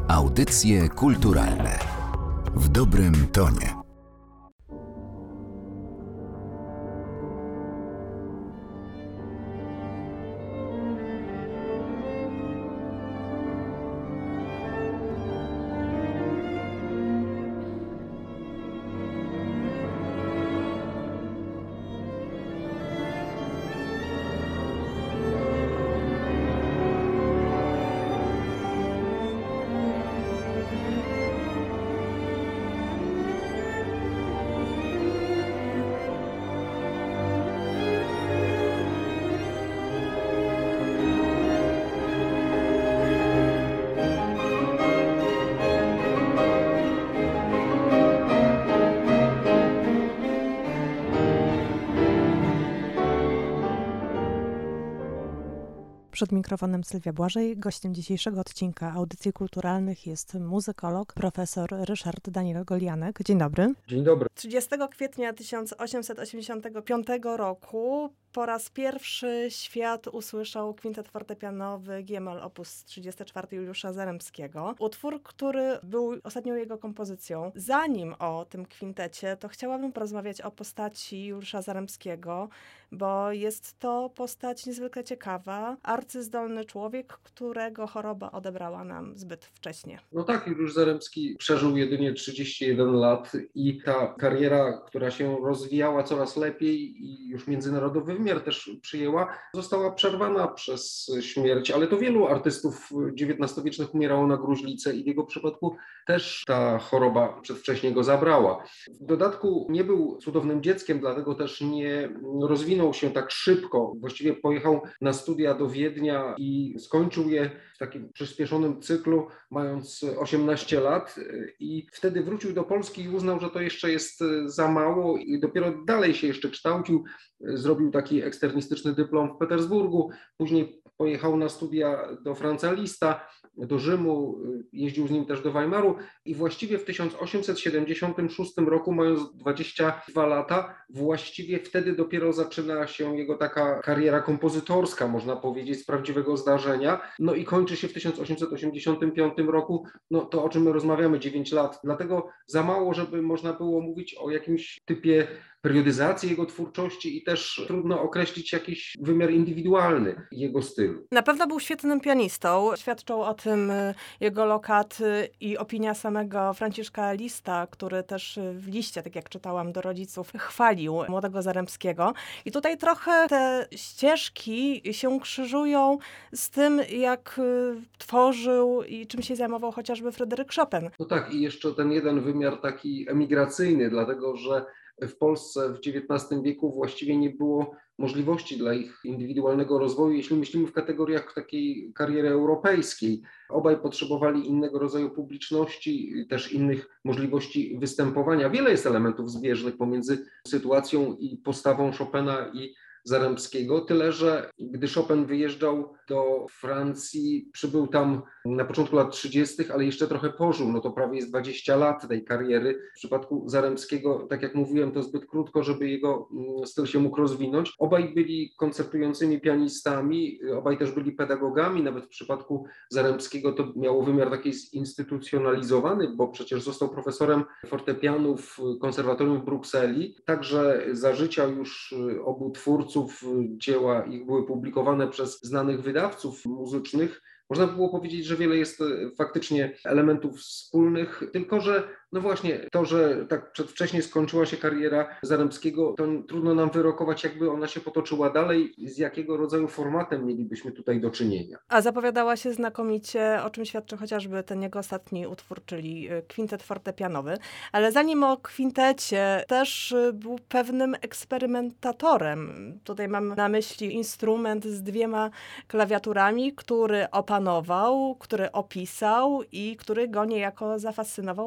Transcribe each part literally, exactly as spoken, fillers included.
Audycje kulturalne w dobrym tonie. Przed mikrofonem Sylwia Błażej. Gościem dzisiejszego odcinka Audycji Kulturalnych jest muzykolog, profesor Ryszard Daniel Golianek. Dzień dobry. Dzień dobry. trzydziestego kwietnia tysiąc osiemset osiemdziesiątego piątego roku po raz pierwszy świat usłyszał kwintet fortepianowy G M L op. trzydzieści cztery Juliusza Zaremskiego. Utwór, który był ostatnią jego kompozycją. Zanim o tym kwintecie, to chciałabym porozmawiać o postaci Juliusza Zaremskiego, bo jest to postać niezwykle ciekawa, arcyzdolny człowiek, którego choroba odebrała nam zbyt wcześnie. No tak, Juliusz Zaremski przeżył jedynie trzydzieści jeden lat i ta kariera, która się rozwijała coraz lepiej i już międzynarodowy wymiar też przyjęła, została przerwana przez śmierć, ale to wielu artystów dziewiętnastowiecznych umierało na gruźlicę i w jego przypadku też ta choroba przedwcześnie go zabrała. W dodatku nie był cudownym dzieckiem, dlatego też nie rozwinął się tak szybko. Właściwie pojechał na studia do Wiednia i skończył je w takim przyspieszonym cyklu, mając osiemnaście lat, i wtedy wrócił do Polski i uznał, że to jeszcze jest za mało i dopiero dalej się jeszcze kształcił. Zrobił taki eksternistyczny dyplom w Petersburgu, później pojechał na studia do Franza Liszta, do Rzymu, jeździł z nim też do Weimaru i właściwie w tysiąc osiemset siedemdziesiątym szóstym roku, mając dwadzieścia dwa lata, właściwie wtedy dopiero zaczyna się jego taka kariera kompozytorska, można powiedzieć, z prawdziwego zdarzenia. No i kończy się w tysiąc osiemset osiemdziesiątym piątym roku, no to o czym my rozmawiamy, dziewięć lat. Dlatego za mało, żeby można było mówić o jakimś typie periodyzacji jego twórczości i też trudno określić jakiś wymiar indywidualny jego stylu. Na pewno był świetnym pianistą. Świadczą o tym jego lokaty i opinia samego Franciszka Liszta, który też w liście, tak jak czytałam, do rodziców chwalił młodego Zaremskiego. I tutaj trochę te ścieżki się krzyżują z tym, jak tworzył i czym się zajmował chociażby Fryderyk Chopin. No tak, i jeszcze ten jeden wymiar taki emigracyjny, dlatego że w Polsce w dziewiętnastym wieku właściwie nie było możliwości dla ich indywidualnego rozwoju, jeśli myślimy w kategoriach takiej kariery europejskiej. Obaj potrzebowali innego rodzaju publiczności, też innych możliwości występowania. Wiele jest elementów zbieżnych pomiędzy sytuacją i postawą Chopina i Zaremskiego, tyle że gdy Chopin wyjeżdżał do Francji, przybył tam na początku lat trzydziestych, ale jeszcze trochę pożył, no to prawie jest dwadzieścia lat tej kariery. W przypadku Zaremskiego, tak jak mówiłem, to zbyt krótko, żeby jego styl się mógł rozwinąć. Obaj byli koncertującymi pianistami, obaj też byli pedagogami, nawet w przypadku Zaremskiego to miało wymiar taki zinstytucjonalizowany, bo przecież został profesorem fortepianu w konserwatorium w Brukseli. Także za życia już obu twórców dzieła ich były publikowane przez znanych wydawców muzycznych. Można by było powiedzieć, że wiele jest faktycznie elementów wspólnych, tylko że no właśnie to, że tak przedwcześnie skończyła się kariera Zaremskiego, to trudno nam wyrokować, jakby ona się potoczyła dalej, z jakiego rodzaju formatem mielibyśmy tutaj do czynienia. A zapowiadała się znakomicie, o czym świadczy chociażby ten jego ostatni utwór, czyli kwintet fortepianowy. Ale zanim o kwintecie, też był pewnym eksperymentatorem. Tutaj mam na myśli instrument z dwiema klawiaturami, który opanował, który opisał i który go niejako zafascynował, bo też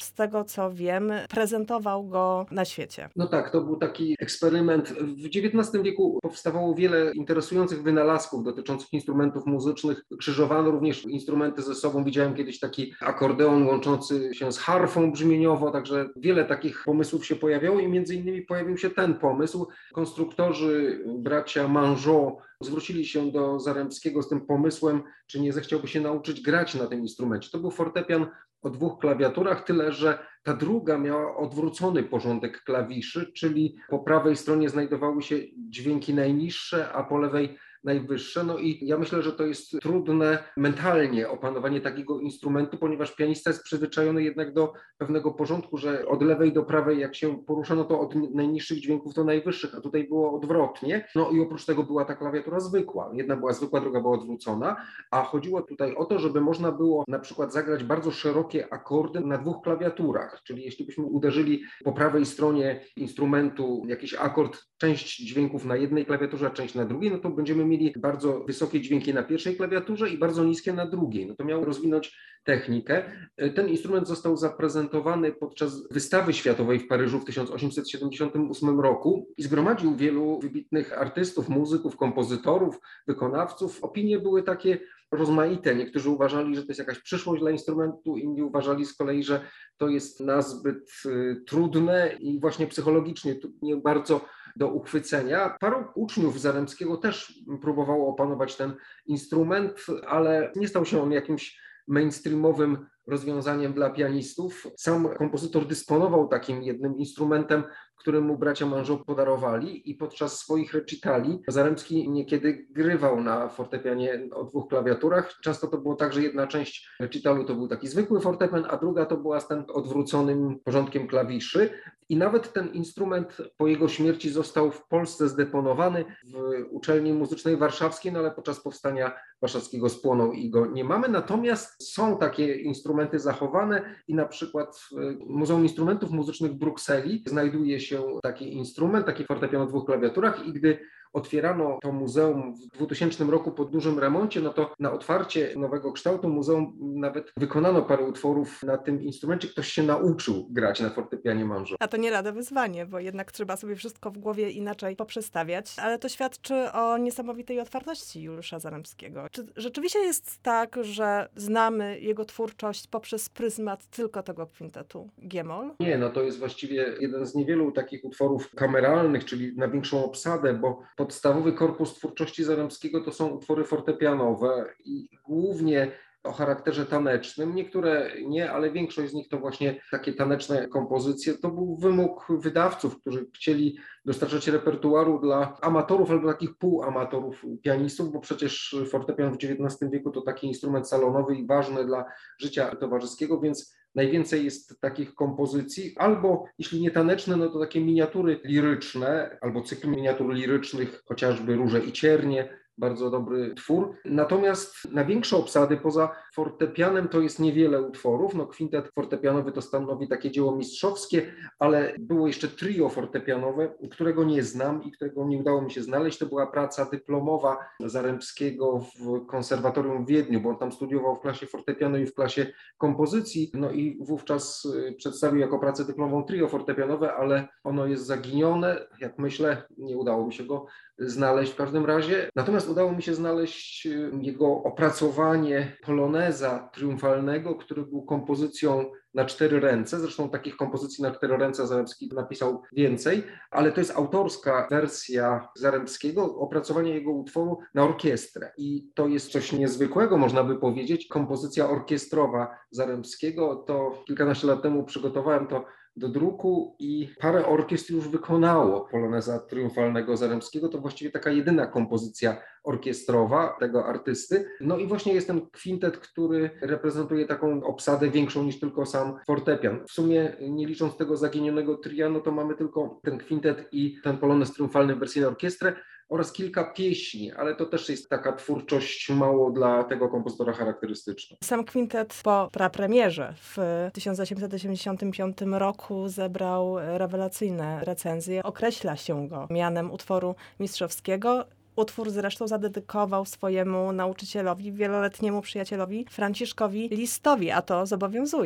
z tego co wiem, prezentował go na świecie. No tak, to był taki eksperyment. W dziewiętnastym wieku powstawało wiele interesujących wynalazków dotyczących instrumentów muzycznych. Krzyżowano również instrumenty ze sobą. Widziałem kiedyś taki akordeon łączący się z harfą brzmieniowo, także wiele takich pomysłów się pojawiało i między innymi pojawił się ten pomysł. Konstruktorzy, bracia Mangeot, zwrócili się do Zarembskiego z tym pomysłem, czy nie zechciałby się nauczyć grać na tym instrumencie. To był fortepian o dwóch klawiaturach, tyle że ta druga miała odwrócony porządek klawiszy, czyli po prawej stronie znajdowały się dźwięki najniższe, a po lewej najwyższe. No i ja myślę, że to jest trudne mentalnie opanowanie takiego instrumentu, ponieważ pianista jest przyzwyczajony jednak do pewnego porządku, że od lewej do prawej jak się poruszono, to od najniższych dźwięków do najwyższych, a tutaj było odwrotnie. No i oprócz tego była ta klawiatura zwykła. Jedna była zwykła, druga była odwrócona, a chodziło tutaj o to, żeby można było na przykład zagrać bardzo szerokie akordy na dwóch klawiaturach, czyli jeśli byśmy uderzyli po prawej stronie instrumentu jakiś akord, część dźwięków na jednej klawiaturze, a część na drugiej, no to będziemy mieli bardzo wysokie dźwięki na pierwszej klawiaturze i bardzo niskie na drugiej. No to miało rozwinąć technikę. Ten instrument został zaprezentowany podczas wystawy światowej w Paryżu w tysiąc osiemset siedemdziesiątym ósmym roku i zgromadził wielu wybitnych artystów, muzyków, kompozytorów, wykonawców. Opinie były takie rozmaite. Niektórzy uważali, że to jest jakaś przyszłość dla instrumentu, inni uważali z kolei, że to jest nazbyt y, trudne i właśnie psychologicznie nie bardzo do uchwycenia. Paru uczniów Zarembskiego też próbowało opanować ten instrument, ale nie stał się on jakimś mainstreamowym rozwiązaniem dla pianistów. Sam kompozytor dysponował takim jednym instrumentem, który mu bracia Mangeot podarowali i podczas swoich recitali Zarembski niekiedy grywał na fortepianie o dwóch klawiaturach. Często to było tak, że jedna część recitalu to był taki zwykły fortepian, a druga to była z tym odwróconym porządkiem klawiszy. I nawet ten instrument po jego śmierci został w Polsce zdeponowany w uczelni muzycznej warszawskiej, no ale podczas powstania warszawskiego spłonął i go nie mamy. Natomiast są takie instrumenty zachowane i na przykład w Muzeum Instrumentów Muzycznych w Brukseli znajduje się taki instrument, taki fortepian o dwóch klawiaturach i gdy otwierano to muzeum w dwutysięcznym roku po dużym remoncie, no to na otwarcie nowego kształtu muzeum nawet wykonano parę utworów na tym instrumencie. Ktoś się nauczył grać na fortepianie Mangeot. A to nie lada wyzwanie, bo jednak trzeba sobie wszystko w głowie inaczej poprzestawiać, ale to świadczy o niesamowitej otwartości Juliusza Zarembskiego. Czy rzeczywiście jest tak, że znamy jego twórczość poprzez pryzmat tylko tego kwintetu G-moll? Nie, no to jest właściwie jeden z niewielu takich utworów kameralnych, czyli na większą obsadę, bo podstawowy korpus twórczości Zarembskiego to są utwory fortepianowe i głównie o charakterze tanecznym. Niektóre nie, ale większość z nich to właśnie takie taneczne kompozycje. To był wymóg wydawców, którzy chcieli dostarczać repertuaru dla amatorów albo takich półamatorów pianistów, bo przecież fortepian w dziewiętnastym wieku to taki instrument salonowy i ważny dla życia towarzyskiego, więc najwięcej jest takich kompozycji, albo jeśli nie taneczne, no to takie miniatury liryczne, albo cykl miniatur lirycznych, chociażby Róże i Ciernie, bardzo dobry twór. Natomiast na większe obsady poza fortepianem to jest niewiele utworów. No, kwintet fortepianowy to stanowi takie dzieło mistrzowskie, ale było jeszcze trio fortepianowe, którego nie znam i którego nie udało mi się znaleźć. To była praca dyplomowa Zarembskiego w konserwatorium w Wiedniu, bo on tam studiował w klasie fortepianu i w klasie kompozycji. No i wówczas przedstawił jako pracę dyplomową trio fortepianowe, ale ono jest zaginione. Jak myślę, nie udało mi się go znaleźć w każdym razie. Natomiast udało mi się znaleźć jego opracowanie poloneza triumfalnego, który był kompozycją na cztery ręce. Zresztą takich kompozycji na cztery ręce Zarembski napisał więcej, ale to jest autorska wersja Zarembskiego, opracowanie jego utworu na orkiestrę. I to jest coś niezwykłego, można by powiedzieć. Kompozycja orkiestrowa Zarembskiego, to kilkanaście lat temu przygotowałem to do druku i parę orkiestr już wykonało poloneza triumfalnego Zarembskiego. To właściwie taka jedyna kompozycja orkiestrowa tego artysty. No i właśnie jest ten kwintet, który reprezentuje taką obsadę większą niż tylko sam fortepian. W sumie nie licząc tego zaginionego tria, no to mamy tylko ten kwintet i ten polonez triumfalny w wersji na orkiestrę oraz kilka pieśni, ale to też jest taka twórczość mało dla tego kompozytora charakterystyczna. Sam kwintet po prapremierze w tysiąc osiemset osiemdziesiątym piątym roku zebrał rewelacyjne recenzje. Określa się go mianem utworu mistrzowskiego. Utwór zresztą zadedykował swojemu nauczycielowi, wieloletniemu przyjacielowi Franciszkowi Listowi, a to zobowiązuje.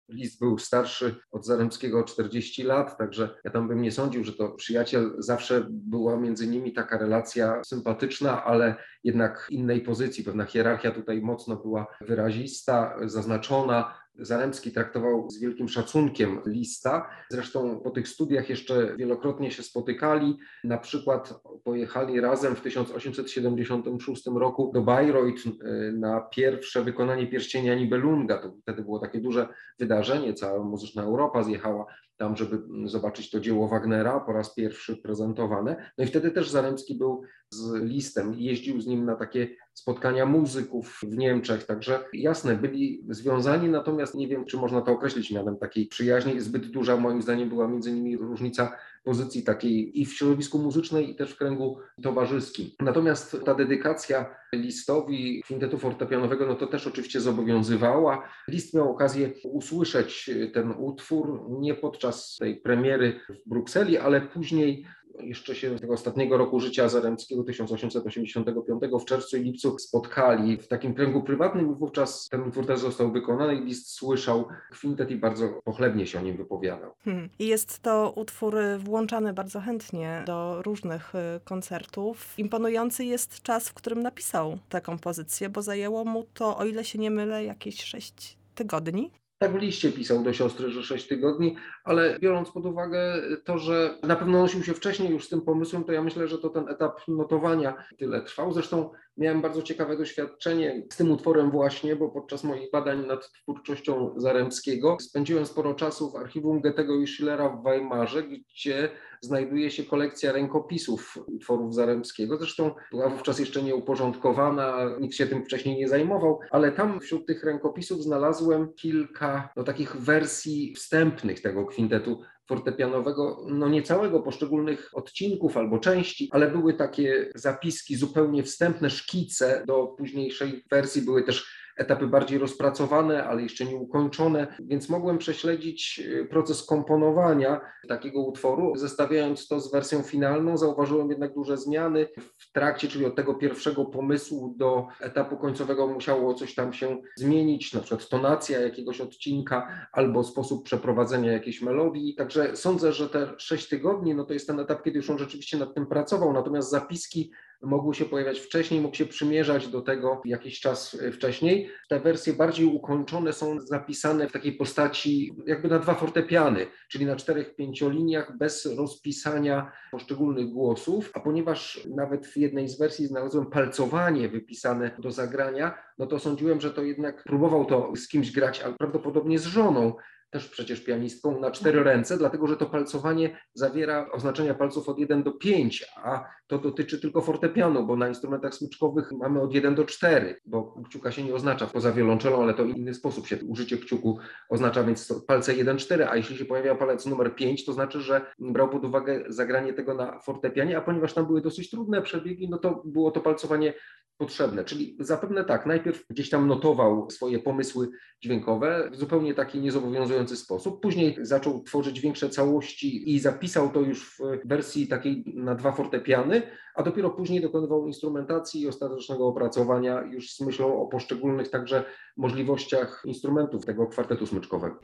Liszt był starszy od Zaremskiego o czterdzieści lat, także ja tam bym nie sądził, że to przyjaciel. Zawsze była między nimi taka relacja sympatyczna, ale jednak innej pozycji. Pewna hierarchia tutaj mocno była wyrazista, zaznaczona. Zaremski traktował z wielkim szacunkiem Liszta. Zresztą po tych studiach jeszcze wielokrotnie się spotykali. Na przykład pojechali razem w tysiąc osiemset siedemdziesiątym szóstym roku do Bayreuth na pierwsze wykonanie Pierścienia Nibelunga. To wtedy było takie duże wydarzenie. Cała muzyczna Europa zjechała tam, żeby zobaczyć to dzieło Wagnera, po raz pierwszy prezentowane. No i wtedy też Zaremski był z Lisztem, jeździł z nim na takie spotkania muzyków w Niemczech, także jasne, byli związani, natomiast nie wiem, czy można to określić mianem takiej przyjaźni. Zbyt duża moim zdaniem była między nimi różnica pozycji takiej i w środowisku muzycznej, i też w kręgu towarzyskim. Natomiast ta dedykacja Lisztowi kwintetu fortepianowego, no to też oczywiście zobowiązywała. Liszt miał okazję usłyszeć ten utwór nie podczas tej premiery w Brukseli, ale później jeszcze się tego ostatniego roku życia Zaremskiego, tysiąc osiemset osiemdziesiątego piątego, w czerwcu i lipcu spotkali w takim kręgu prywatnym i wówczas ten utwór też został wykonany i Liszt słyszał kwintet i bardzo pochlebnie się o nim wypowiadał. Hmm. I jest to utwór włączany bardzo chętnie do różnych koncertów. Imponujący jest czas, w którym napisał tę kompozycję, bo zajęło mu to, o ile się nie mylę, jakieś sześć tygodni. Tak, w liście pisał do siostry, że sześć tygodni, ale biorąc pod uwagę to, że na pewno nosił się wcześniej już z tym pomysłem, to ja myślę, że to ten etap notowania tyle trwał. Zresztą miałem bardzo ciekawe doświadczenie z tym utworem właśnie, bo podczas moich badań nad twórczością Zaremskiego spędziłem sporo czasu w archiwum Goethego i Schillera w Weimarze, gdzie znajduje się kolekcja rękopisów utworów Zaremskiego. Zresztą była wówczas jeszcze nieuporządkowana, nikt się tym wcześniej nie zajmował, ale tam wśród tych rękopisów znalazłem kilka no, takich wersji wstępnych tego kwintetu fortepianowego, no nie całego, poszczególnych odcinków albo części, ale były takie zapiski zupełnie wstępne, szkice do późniejszej wersji, były też etapy bardziej rozpracowane, ale jeszcze nie ukończone, więc mogłem prześledzić proces komponowania takiego utworu. Zestawiając to z wersją finalną, zauważyłem jednak duże zmiany w trakcie, czyli od tego pierwszego pomysłu do etapu końcowego musiało coś tam się zmienić, na przykład tonacja jakiegoś odcinka albo sposób przeprowadzenia jakiejś melodii. Także sądzę, że te sześć tygodni, no to jest ten etap, kiedy już on rzeczywiście nad tym pracował, natomiast zapiski mogły się pojawiać wcześniej, mógł się przymierzać do tego jakiś czas wcześniej. Te wersje bardziej ukończone są zapisane w takiej postaci jakby na dwa fortepiany, czyli na czterech pięcioliniach bez rozpisania poszczególnych głosów, a ponieważ nawet w jednej z wersji znalazłem palcowanie wypisane do zagrania, no to sądziłem, że to jednak próbował to z kimś grać, ale prawdopodobnie z żoną, też przecież pianistką, na cztery ręce, dlatego że to palcowanie zawiera oznaczenia palców od jeden do pięciu, a to dotyczy tylko fortepianu, bo na instrumentach smyczkowych mamy od jeden do czterech, bo kciuka się nie oznacza poza wiolonczelą, ale to inny sposób się użycie kciuku oznacza, więc palce jeden cztery, a jeśli się pojawia palec numer pięć, to znaczy, że brał pod uwagę zagranie tego na fortepianie, a ponieważ tam były dosyć trudne przebiegi, no to było to palcowanie potrzebne, czyli zapewne tak, najpierw gdzieś tam notował swoje pomysły dźwiękowe w zupełnie taki niezobowiązujący sposób, później zaczął tworzyć większe całości i zapisał to już w wersji takiej na dwa fortepiany, a dopiero później dokonywał instrumentacji i ostatecznego opracowania już z myślą o poszczególnych także możliwościach instrumentów tego kwartetu smyczkowego.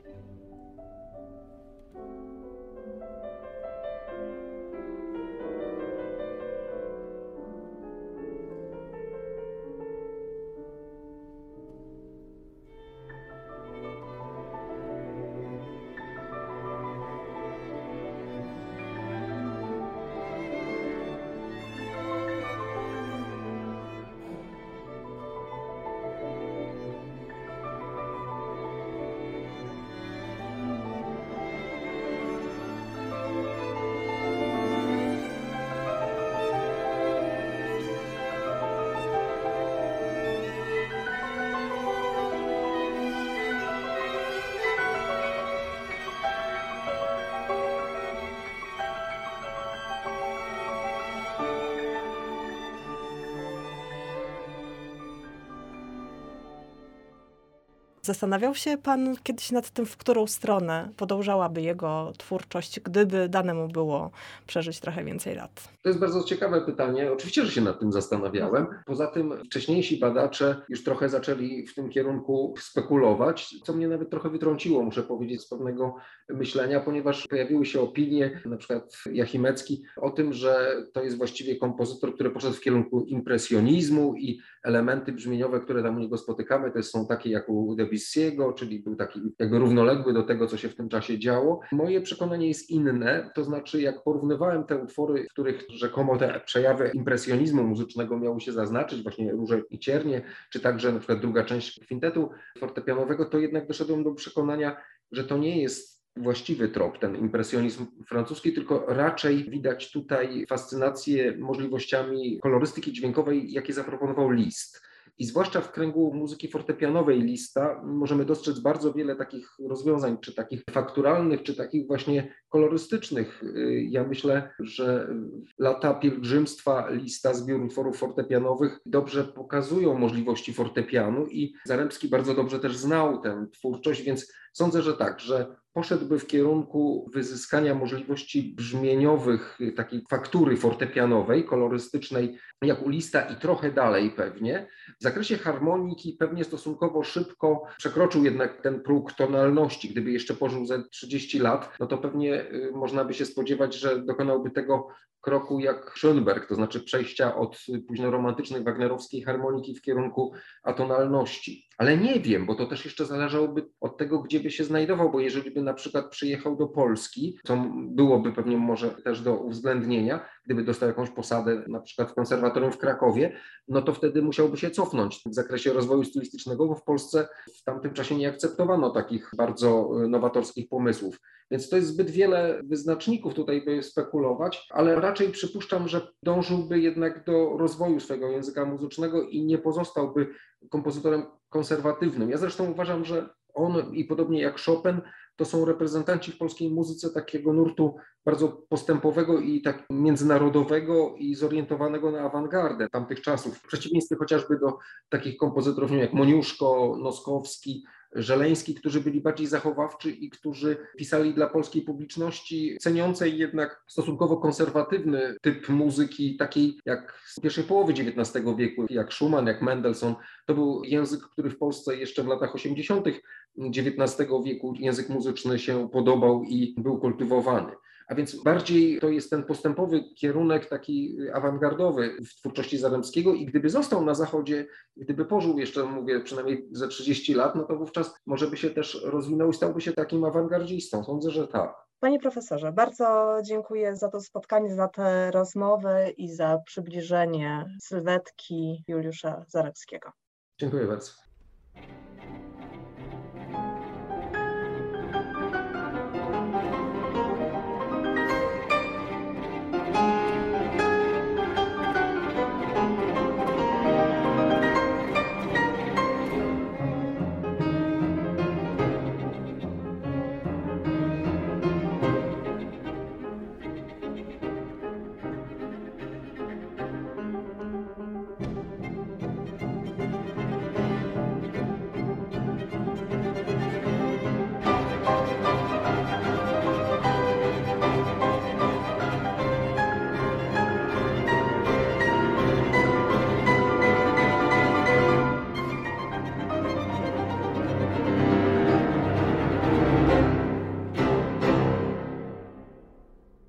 Zastanawiał się pan kiedyś nad tym, w którą stronę podążałaby jego twórczość, gdyby danemu było przeżyć trochę więcej lat? To jest bardzo ciekawe pytanie. Oczywiście, że się nad tym zastanawiałem. Poza tym wcześniejsi badacze już trochę zaczęli w tym kierunku spekulować, co mnie nawet trochę wytrąciło, muszę powiedzieć, z pewnego myślenia, ponieważ pojawiły się opinie, na przykład Jachimecki, o tym, że to jest właściwie kompozytor, który poszedł w kierunku impresjonizmu i elementy brzmieniowe, które tam u niego spotykamy, to są takie jak u Debussy'ego, czyli był taki jakby równoległy do tego, co się w tym czasie działo. Moje przekonanie jest inne, to znaczy jak porównywałem te utwory, w których rzekomo te przejawy impresjonizmu muzycznego miały się zaznaczyć, właśnie Róże i Ciernie, czy także na przykład druga część kwintetu fortepianowego, to jednak doszedłem do przekonania, że to nie jest właściwy trop, ten impresjonizm francuski, tylko raczej widać tutaj fascynację możliwościami kolorystyki dźwiękowej, jakie zaproponował Liszt. I zwłaszcza w kręgu muzyki fortepianowej Liszta możemy dostrzec bardzo wiele takich rozwiązań, czy takich fakturalnych, czy takich właśnie kolorystycznych. Ja myślę, że lata pielgrzymstwa Liszta, zbiór utworów fortepianowych, dobrze pokazują możliwości fortepianu i Zarembski bardzo dobrze też znał tę twórczość, więc sądzę, że tak, że poszedłby w kierunku wyzyskania możliwości brzmieniowych, takiej faktury fortepianowej, kolorystycznej, jak u Liszta i trochę dalej pewnie. W zakresie harmoniki pewnie stosunkowo szybko przekroczył jednak ten próg tonalności. Gdyby jeszcze pożył ze trzydzieści lat, no to pewnie można by się spodziewać, że dokonałby tego kroku jak Schönberg, to znaczy przejścia od późnoromantycznej wagnerowskiej harmoniki w kierunku atonalności. Ale nie wiem, bo to też jeszcze zależałoby od tego, gdzie by się znajdował, bo jeżeli by na przykład przyjechał do Polski, co byłoby pewnie może też do uwzględnienia, gdyby dostał jakąś posadę na przykład w konserwatorium w Krakowie, no to wtedy musiałby się cofnąć w zakresie rozwoju stylistycznego, bo w Polsce w tamtym czasie nie akceptowano takich bardzo nowatorskich pomysłów. Więc to jest zbyt wiele wyznaczników tutaj, by spekulować, ale raczej przypuszczam, że dążyłby jednak do rozwoju swojego języka muzycznego i nie pozostałby kompozytorem konserwatywnym. Ja zresztą uważam, że on i podobnie jak Chopin to są reprezentanci w polskiej muzyce takiego nurtu bardzo postępowego i tak międzynarodowego i zorientowanego na awangardę tamtych czasów. W przeciwieństwie chociażby do takich kompozytorów jak Moniuszko, Noskowski, Żeleński, którzy byli bardziej zachowawczy i którzy pisali dla polskiej publiczności ceniącej jednak stosunkowo konserwatywny typ muzyki, takiej jak z pierwszej połowy dziewiętnastego wieku, jak Schumann, jak Mendelssohn. To był język, który w Polsce jeszcze w latach osiemdziesiątych dziewiętnastego wieku, język muzyczny się podobał i był kultywowany. A więc bardziej to jest ten postępowy kierunek taki awangardowy w twórczości Zarembskiego i gdyby został na Zachodzie, gdyby pożył jeszcze, mówię, przynajmniej ze trzydzieści lat, no to wówczas może by się też rozwinął i stałby się takim awangardzistą. Sądzę, że tak. Panie profesorze, bardzo dziękuję za to spotkanie, za tę rozmowę i za przybliżenie sylwetki Juliusza Zarembskiego. Dziękuję bardzo.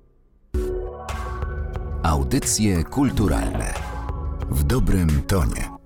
Audycje kulturalne w dobrym tonie.